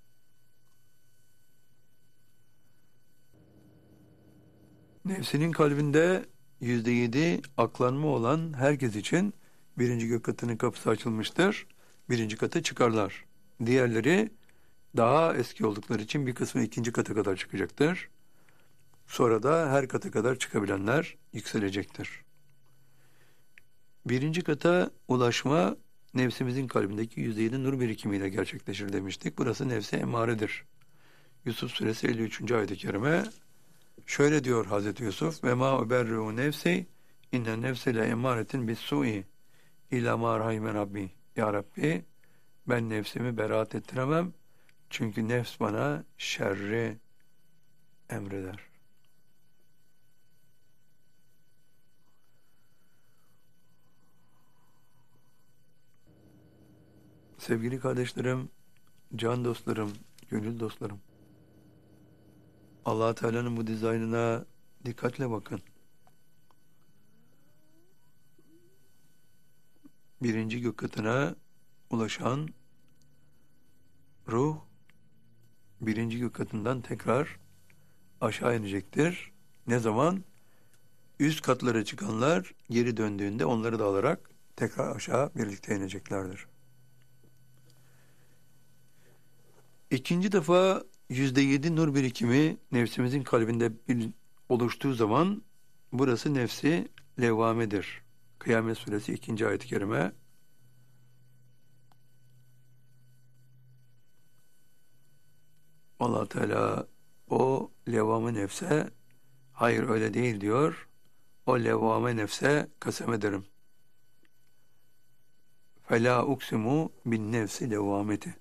Nefsinin kalbinde %7 aklanma olan herkes için birinci gök katının kapısı açılmıştır. Birinci kata çıkarlar. Diğerleri daha eski oldukları için bir kısmı ikinci kata kadar çıkacaktır. Sonra da her kata kadar çıkabilenler yükselecektir. Birinci kata ulaşma nefsimizin kalbindeki %7 nur birikimiyle gerçekleşir demiştik. Burası nefse emaredir. Yusuf suresi 53. ayet-i kerime şöyle diyor Hazreti Yusuf: "Ve ma uberru nefsi inne nefse le emaretin bis su'i ila ma rahime rabbi." Ya Rabbi, ben nefsimi beraat ettiremem. Çünkü nefs bana şerri emreder. Sevgili kardeşlerim, can dostlarım, gönül dostlarım, Allah Teala'nın bu dizaynına dikkatle bakın. Birinci gök katına ulaşan ruh, birinci gök katından tekrar aşağı inecektir. Ne zaman? Üst katlara çıkanlar geri döndüğünde onları da alarak tekrar aşağı birlikte ineceklerdir. İkinci defa %7 nur birikimi nefsimizin kalbinde oluştuğu zaman burası nefsi levvamedir. Kıyamet suresi 2. ayet-i kerime. Allah Teala o levvame nefse hayır öyle değil diyor. O levvame nefse kasem ederim. Fela uksimu bin nefsi levvameti.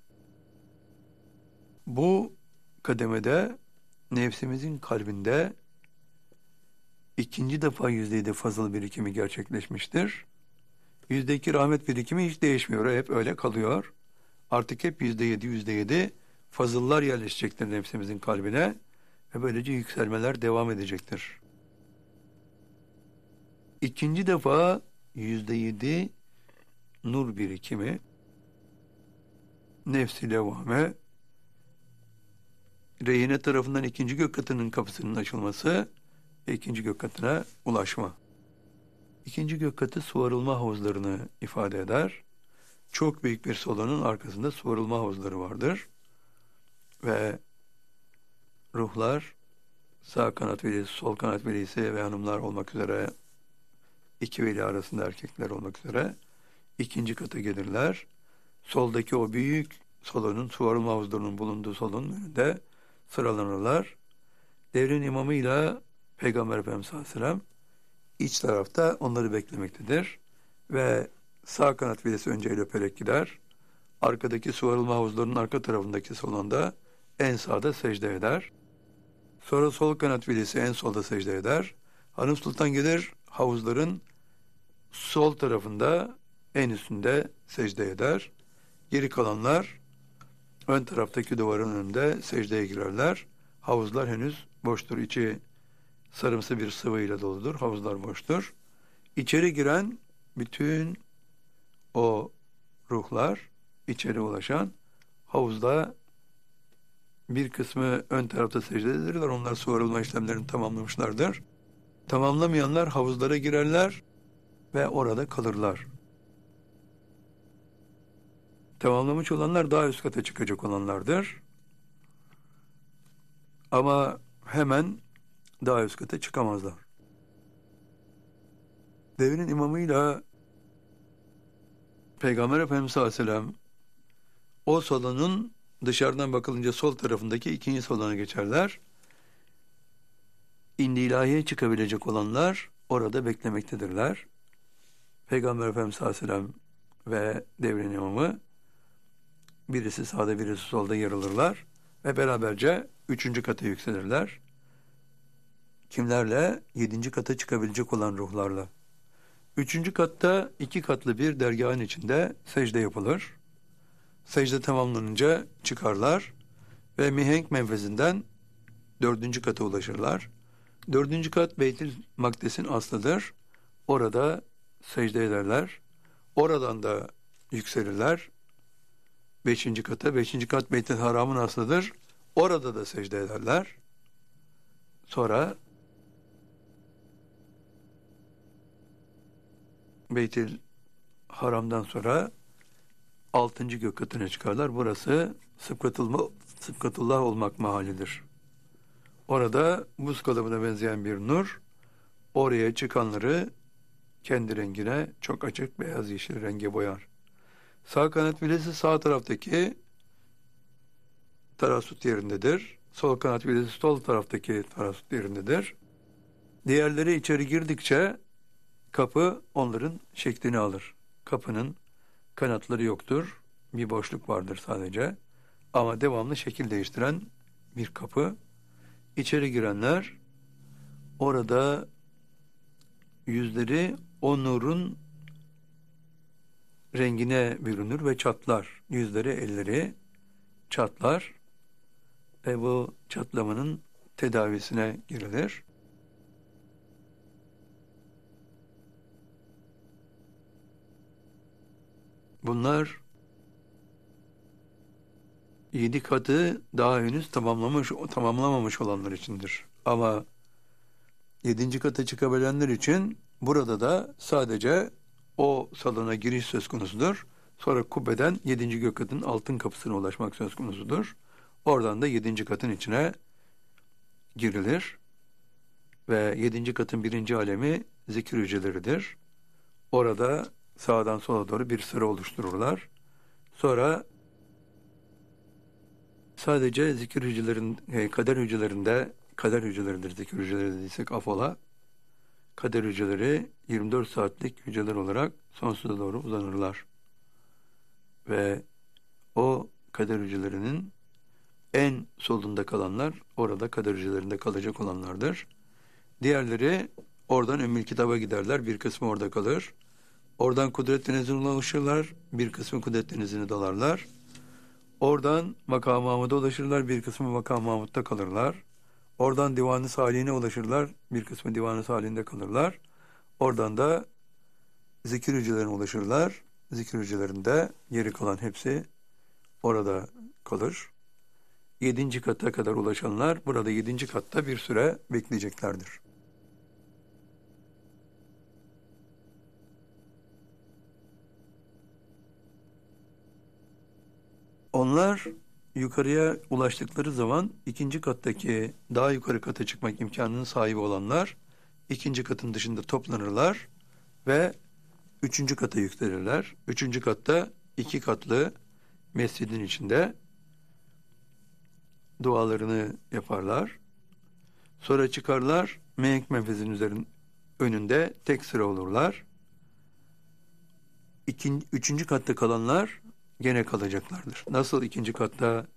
Bu kademede nefsimizin kalbinde ikinci defa %7 fazıl birikimi gerçekleşmiştir. %2 rahmet birikimi hiç değişmiyor. Hep öyle kalıyor. Artık hep %7 fazıllar yerleşecektir nefsimizin kalbine ve böylece yükselmeler devam edecektir. İkinci defa %7 nur birikimi nefsi levvame rehine tarafından ikinci gök katının kapısının açılması ve ikinci gök katına ulaşma. İkinci gök katı suvarılma havuzlarını ifade eder. Çok büyük bir salonun arkasında suvarılma havuzları vardır. Ve ruhlar sağ kanat velisi, sol kanat velisi ve hanımlar olmak üzere iki veli arasında erkekler olmak üzere ikinci kata gelirler. Soldaki o büyük salonun, suvarılma havuzlarının bulunduğu salonun önünde sıralanırlar. Devrin imamıyla Peygamber Efendimiz sallallahu aleyhi ve sellem iç tarafta onları beklemektedir. Ve sağ kanat velisi önce el öperek gider. Arkadaki suvarılma havuzlarının arka tarafındaki salonda en sağda secde eder. Sonra sol kanat velisi en solda secde eder. Hanım sultan gelir havuzların sol tarafında en üstünde secde eder. Geri kalanlar ön taraftaki duvarın önünde secdeye girerler. Havuzlar henüz boştur. İçi sarımsı bir sıvıyla doludur. Havuzlar boştur. İçeri giren bütün o ruhlar içeri ulaşan havuzda bir kısmı ön tarafta secde ederler. Onlar suvarılma işlemlerini tamamlamışlardır. Tamamlamayanlar havuzlara girerler ve orada kalırlar. Tamamlamış olanlar daha üst kata çıkacak olanlardır. Ama hemen daha üst kata çıkamazlar. Devrin imamıyla Peygamber Efendimiz sallallahu aleyhi ve sellem o salonun dışarıdan bakılınca sol tarafındaki ikinci salona geçerler. İndi ilahiye çıkabilecek olanlar orada beklemektedirler. Peygamber Efendimiz sallallahu aleyhi ve sellem ve devrin imamı birisi sağda birisi solda yer alırlar ve beraberce 3. kata yükselirler. Kimlerle? 7. kata çıkabilecek olan ruhlarla. 3. katta 2 katlı bir dergahın içinde secde yapılır. Secde tamamlanınca çıkarlar ve mihenk menfezinden 4. kata ulaşırlar. 4. kat Beytül Makdes'in aslıdır. Orada secde ederler. Oradan da yükselirler. 5. kata. 5. kat Beytül Haram'ın aslıdır. Orada da secde ederler. Sonra Beytül Haram'dan sonra 6. gök katına çıkarlar. Burası Sıfkatullah olmak mahallidir. Orada buz kalıbına benzeyen bir nur oraya çıkanları kendi rengine çok açık beyaz yeşil renge boyar. Sağ kanat bilesi sağ taraftaki tarasut yerindedir. Sol kanat bilesi sol taraftaki tarasut yerindedir. Diğerleri içeri girdikçe kapı onların şeklini alır. Kapının kanatları yoktur. Bir boşluk vardır sadece. Ama devamlı şekil değiştiren bir kapı. İçeri girenler orada yüzleri o nurun rengine bürünür ve çatlar. Yüzleri, elleri çatlar ve bu çatlamanın tedavisine girilir. Bunlar 7 katı daha henüz tamamlamamış olanlar içindir. Ama 7. kata çıkabilenler için burada da sadece o salona giriş söz konusudur. Sonra kubbeden 7. gök katının altın kapısına ulaşmak söz konusudur. Oradan da 7. katın içine girilir. Ve 7. katın 1. alemi zikir hücreleridir. Orada sağdan sola doğru bir sıra oluştururlar. Sonra sadece zikir kader hücreleridir zikir hücreleri dediysek afola. Kader hücreleri 24 saatlik hücreler olarak sonsuza doğru uzanırlar. Ve o kader hücrelerinin en solunda kalanlar orada kader hücrelerinde kalacak olanlardır. Diğerleri oradan Ümmül Kitab'a giderler. Bir kısmı orada kalır. Oradan Kudret Denizi'ne ulaşırlar. Bir kısmı Kudret Denizi'ne dalarlar. Oradan Makam-ı Mahmud'a ulaşırlar. Bir kısmı Makam-ı Mahmud'da kalırlar. Oradan Divan-ı Salih'ine ulaşırlar. Bir kısmı Divan-ı Salih'inde kalırlar. Oradan da zikir hücrelerine ulaşırlar. Zikir hücrelerinde geri kalan hepsi orada kalır. 7. kata kadar ulaşanlar burada 7. katta bir süre bekleyeceklerdir. Onlar yukarıya ulaştıkları zaman 2. kattaki daha yukarı kata çıkmak imkanının sahibi olanlar 2. katın dışında toplanırlar ve 3. kata yükselirler. 3. katta 2 katlı mescidin içinde dualarını yaparlar. Sonra çıkarlar, mihenk menfezinin önünde tek sıra olurlar. 3. katta kalanlar gene kalacaklardır. Nasıl 2. katta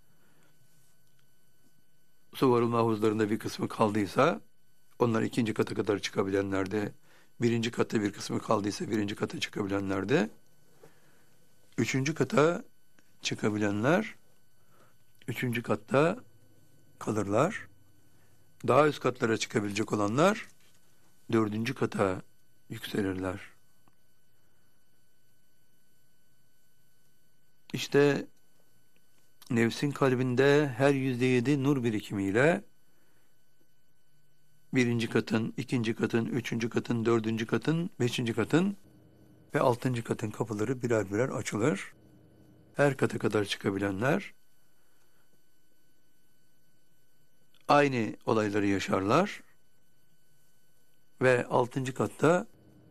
Suvarul Mahfuzlarında bir kısmı kaldıysa, onlar 2. kata kadar çıkabilenler de, 1. katta bir kısmı kaldıysa 1. kata çıkabilenler de, 3. kata çıkabilenler 3. katta kalırlar. Daha üst katlara çıkabilecek olanlar 4. kata yükselirler. İşte nefsin kalbinde her %7 nur birikimiyle 1. katın, 2. katın, 3. katın, 4. katın, 5. katın ve 6. katın kapıları birer birer açılır. her kata kadar çıkabilenler aynı olayları yaşarlar ve 6. katta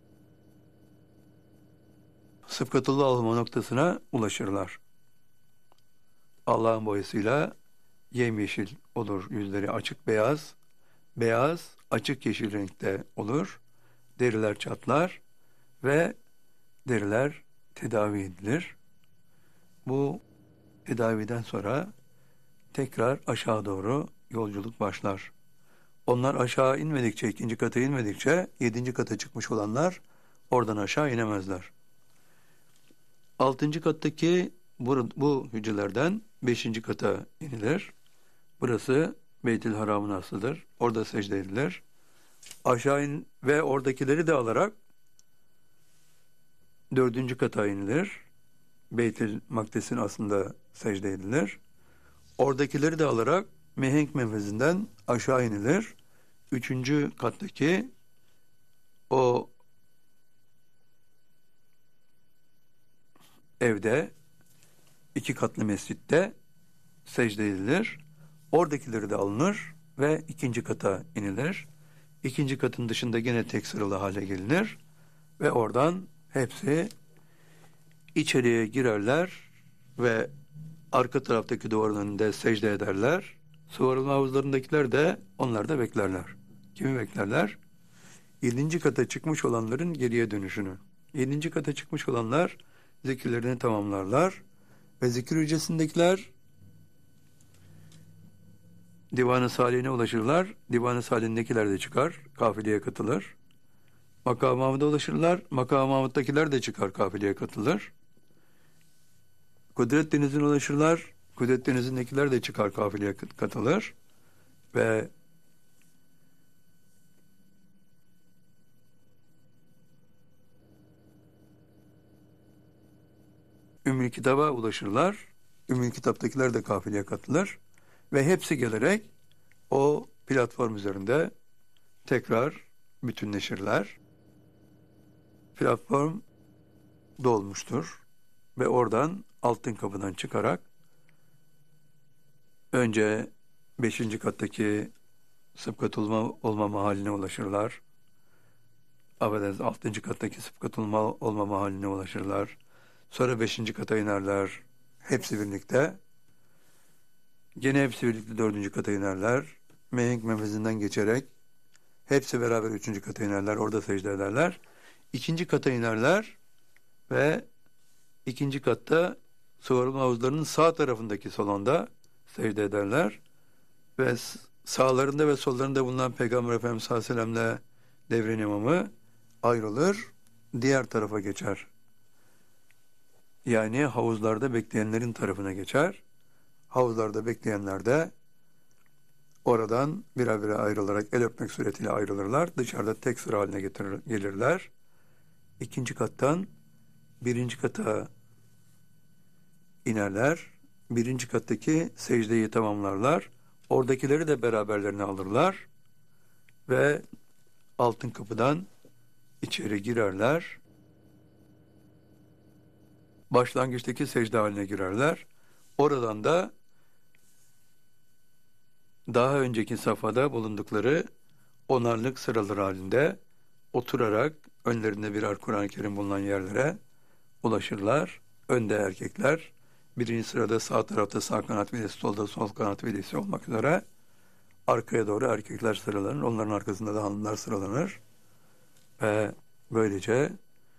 sıfkatullah olma noktasına ulaşırlar. Allah'ın boyasıyla yemyeşil olur, yüzleri açık beyaz, beyaz açık yeşil renkte olur. Deriler çatlar ve deriler tedavi edilir. Bu tedaviden sonra tekrar aşağı doğru yolculuk başlar. Onlar aşağı inmedikçe, 2. kata inmedikçe 7. kata çıkmış olanlar oradan aşağı inemezler. 6. kattaki bu hücrelerden 5. kata inilir. Burası Beyt-i Haram'ın aslıdır. Orada secde edilir. Aşağı in ve oradakileri de alarak 4. kata inilir. Beyt-i Makdes'in aslında secde edilir. Oradakileri de alarak mihenk menfezinden aşağı inilir. 3. kattaki o evde 2 katlı mescitte secde edilir. Oradakileri de alınır ve 2. kata inilir. 2. katın dışında gene tek sıralı hale gelinir ve oradan hepsi içeriye girerler ve arka taraftaki duvarın önünde secde ederler. Suvarılma havuzlarındakiler de onlar da beklerler. Kimi beklerler? 7. kata çıkmış olanların geriye dönüşünü. 7. kata çıkmış olanlar zikirlerini tamamlarlar ve zikir hücresindekiler Divan-ı Salih'ine ulaşırlar. Divan-ı Salih'indekiler de çıkar, kafileye katılır. Makam-ı Mahmud'a ulaşırlar. Makam-ı Mahmud'dakiler de çıkar, kafileye katılır. Kudret Denizi'ne ulaşırlar. Kudret Denizi'ndekiler de çıkar, kafileye katılır. Ve Ümmü Kitap'a ulaşırlar. Ümmü Kitap'takiler de kafileye katılır. Ve hepsi gelerek o platform üzerinde tekrar bütünleşirler. Platform dolmuştur ve oradan altın kapıdan çıkarak önce 5. kattaki sıfkat olma mahalline ulaşırlar. Affedersiniz, 6. kattaki sıfkat olma mahalline ulaşırlar. Sonra 5. kata inerler. Hepsi birlikte. Gene hepsi birlikte 4. kata inerler. Mihenk menfezinden geçerek hepsi beraber 3. kata inerler. Orada secde ederler. 2. kata inerler ve 2. katta suvarılma havuzlarının sağ tarafındaki salonda secde ederler. Ve sağlarında ve sollarında bulunan Peygamber Efendimiz sallallahu aleyhi ve sellem'le devrin imamı ayrılır. Diğer tarafa geçer. Yani havuzlarda bekleyenlerin tarafına geçer. Havuzlarda bekleyenler de oradan birer birer ayrılarak el öpmek suretiyle ayrılırlar. Dışarıda tek sıra haline gelirler. 2. kattan 1. kata inerler. 1. kattaki secdeyi tamamlarlar. Oradakileri de beraberlerine alırlar. Ve altın kapıdan içeri girerler. Başlangıçtaki secde haline girerler. Oradan da daha önceki safhada bulundukları onarlık sıralar halinde oturarak önlerinde birer Kur'an-ı Kerim bulunan yerlere ulaşırlar. Önde erkekler, 1. sırada sağ tarafta sağ kanat velisi, solda sol kanat velisi olmak üzere arkaya doğru erkekler sıralanır. Onların arkasında da hanımlar sıralanır. Ve böylece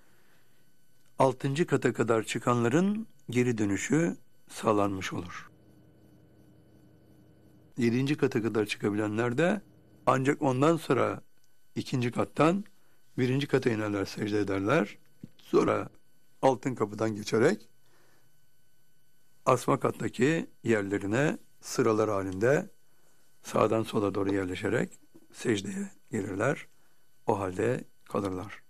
6. kata kadar çıkanların geri dönüşü sağlanmış olur. 7. kata kadar çıkabilenler de ancak ondan sonra 2. kattan 1. kata inerler, secde ederler. Sonra altın kapıdan geçerek asma kattaki yerlerine sıralar halinde sağdan sola doğru yerleşerek secdeye gelirler. O halde kalırlar.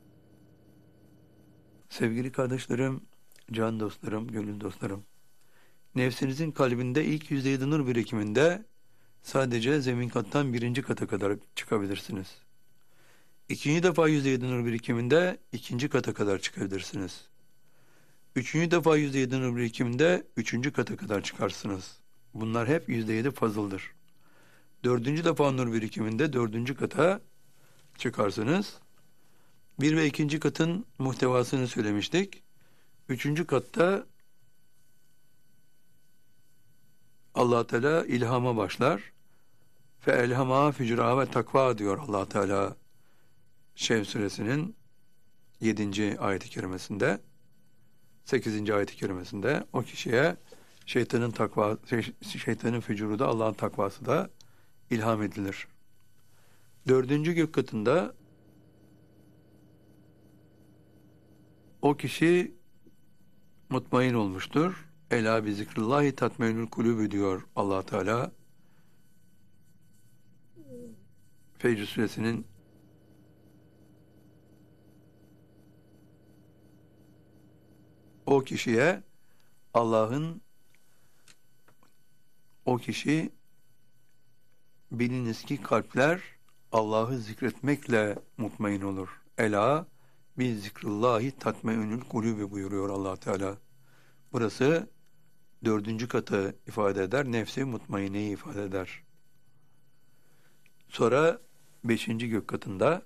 Sevgili kardeşlerim, can dostlarım, gönül dostlarım, nefsinizin kalbinde ilk %7 nur birikiminde sadece zemin kattan 1. kata kadar çıkabilirsiniz. 2. defa %7 nur birikiminde 2. kata kadar çıkabilirsiniz. Üçüncü defa %7 nur birikiminde üçüncü kata kadar çıkarsınız. Bunlar hep %7 fazıldır. Dördüncü defa nur birikiminde dördüncü kata çıkarsınız. Bir ve ikinci katın muhtevasını söylemiştik. Üçüncü katta Allah Teala ilhama başlar. Fe elhama fücra ve takva diyor Allah Teala Şems suresinin 7. ayet-i kerimesinde, 8. ayet-i kerimesinde o kişiye şeytanın fücuru da Allah'ın takvası da ilham edilir. Dördüncü gök katında o kişi mutmain olmuştur. Ela bi zikrillahi tatmainul kulübü diyor Allah Teala. Fecr suresinin o kişiye o kişi biliniz ki kalpler Allah'ı zikretmekle mutmain olur. Ela bi zikrillahi tatmainul kulübü buyuruyor Allah Teala. Burası dördüncü katı ifade eder. Nefsi mutmaineyi ifade eder. Sonra beşinci gök katında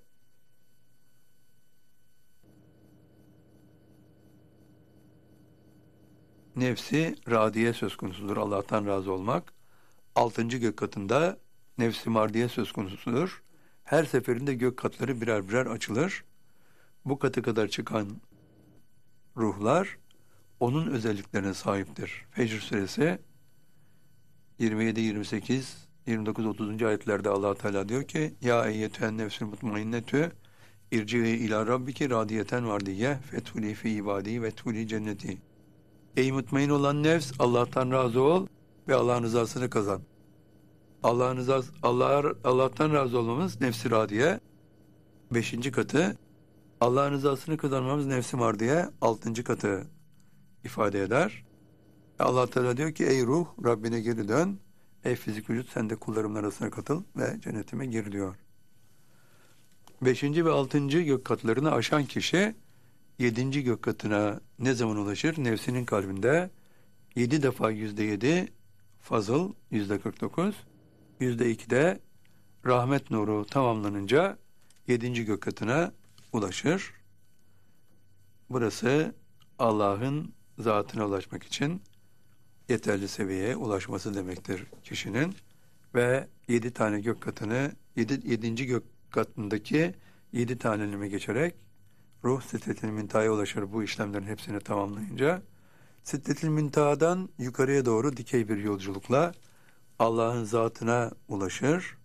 nefsi radiye söz konusudur. Allah'tan razı olmak. Altıncı gök katında nefsi mardiye söz konusudur. Her seferinde gök katları birer birer açılır. Bu katı kadar çıkan ruhlar onun özelliklerine sahiptir. Fecr suresi 27, 28, 29, 30. ayetlerde Allah Teala diyor ki: Ya eyyetühen nefsül mutmainnetü irci'i ila rabbiki radiyeten vardiye fethuli fi ibadi ve tuli cenneti. Ey mutmain olan nefs, Allah'tan razı ol ve Allah'ın rızasını kazan. Allah'tan razı olmamız nefsi radiye 5. katı, Allah'ın rızasını kazanmamız nefsi mardiye 6. katı ifade eder. Allah Teala diyor ki: ey ruh, Rabbine geri dön. Ey fizik vücut, sen de kullarımın arasına katıl ve cennetime gir diyor. 5. ve 6. gök katlarını aşan kişi 7. gök katına ne zaman ulaşır? Nefsinin kalbinde 7 defa %7 fazıl, %49, %2'de rahmet nuru tamamlanınca 7. gök katına ulaşır. Burası Allah'ın zatına ulaşmak için yeterli seviyeye ulaşması demektir kişinin. Ve 7 tane gök katını, 7. gök katındaki 7 tanelime geçerek ruh Sidretil Münteha'ya ulaşır bu işlemlerin hepsini tamamlayınca. Sidretil Münteha'dan yukarıya doğru dikey bir yolculukla Allah'ın zatına ulaşır.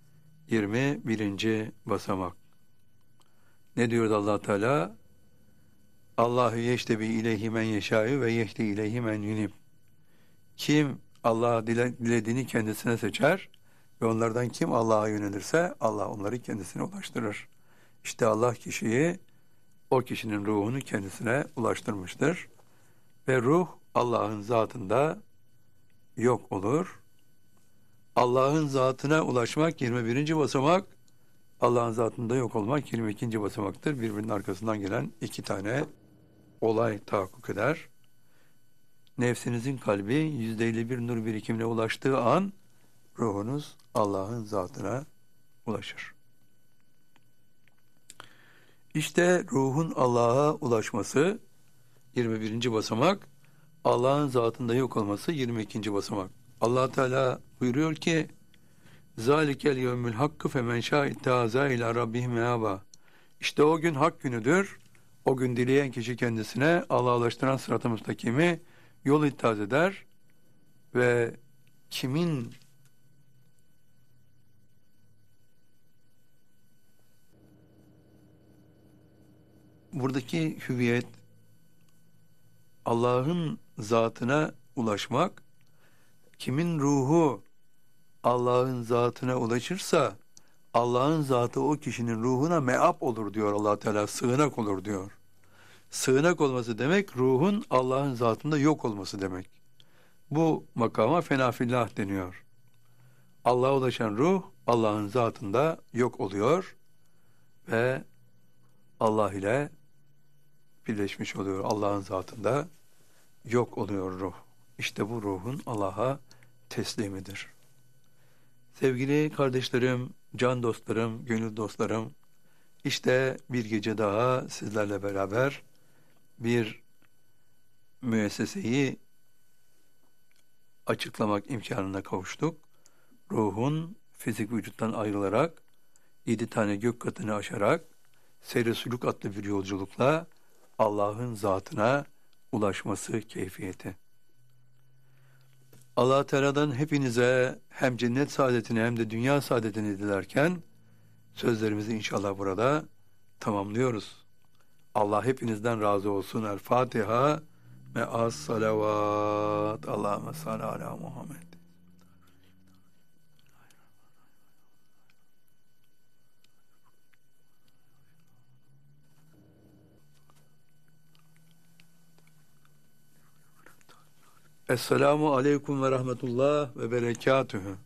21. basamak. Ne diyor Allah Teala? Allahu yeştebi ileyhi men yeşâ'ü ve yehdi ileyhi men yunib. Kim Allah'a dilediğini kendisine seçer ve onlardan kim Allah'a yönelirse Allah onları kendisine ulaştırır. İşte Allah kişiyi, o kişinin ruhunu kendisine ulaştırmıştır. Ve ruh Allah'ın zatında yok olur. Allah'ın zatına ulaşmak 21. basamak, Allah'ın zatında yok olmak 22. basamaktır. Birbirinin arkasından gelen 2 tane olay tahakkuk eder. Nefsinizin kalbi %51 nur birikimine ulaştığı an ruhunuz Allah'ın zatına ulaşır. İşte ruhun Allah'a ulaşması 21. basamak, Allah'ın zatında yok olması 22. basamak. Allah Teala buyuruyor ki: Zalikel yevmül hakkı femen şâ ittehâzâ ilâ rabbih meâbâ. İşte o gün hak günüdür. O gün dileyen kişi kendisine Allah'a ulaştıran sırat-ı müstakimi yol ittihaz eder ve kimin buradaki hüviyet Allah'ın zatına ulaşmak, kimin ruhu Allah'ın zatına ulaşırsa Allah'ın zatı o kişinin ruhuna meap olur diyor Allah Teala, sığınak olur diyor. Sığınak olması demek ruhun Allah'ın zatında yok olması demek. Bu makama fenafillah deniyor. Allah'a ulaşan ruh Allah'ın zatında yok oluyor ve Allah ile birleşmiş oluyor Allah'ın zatında. yok oluyor ruh. İşte bu ruhun Allah'a teslimidir. Sevgili kardeşlerim, can dostlarım, gönül dostlarım, işte bir gece daha sizlerle beraber bir müesseseyi açıklamak imkanına kavuştuk. Ruhun fizik vücuttan ayrılarak 7 tane gök katını aşarak seyr-i sülûk adlı bir yolculukla Allah'ın zatına ulaşması keyfiyeti. Allah Teala'dan hepinize hem cennet saadetini hem de dünya saadetini dilerken sözlerimizi inşallah burada tamamlıyoruz. Allah hepinizden razı olsun. El Fatiha ve as salavat. Allahümme salli ala Muhammed. Esselamu aleyküm ve rahmetullah ve berekatühü.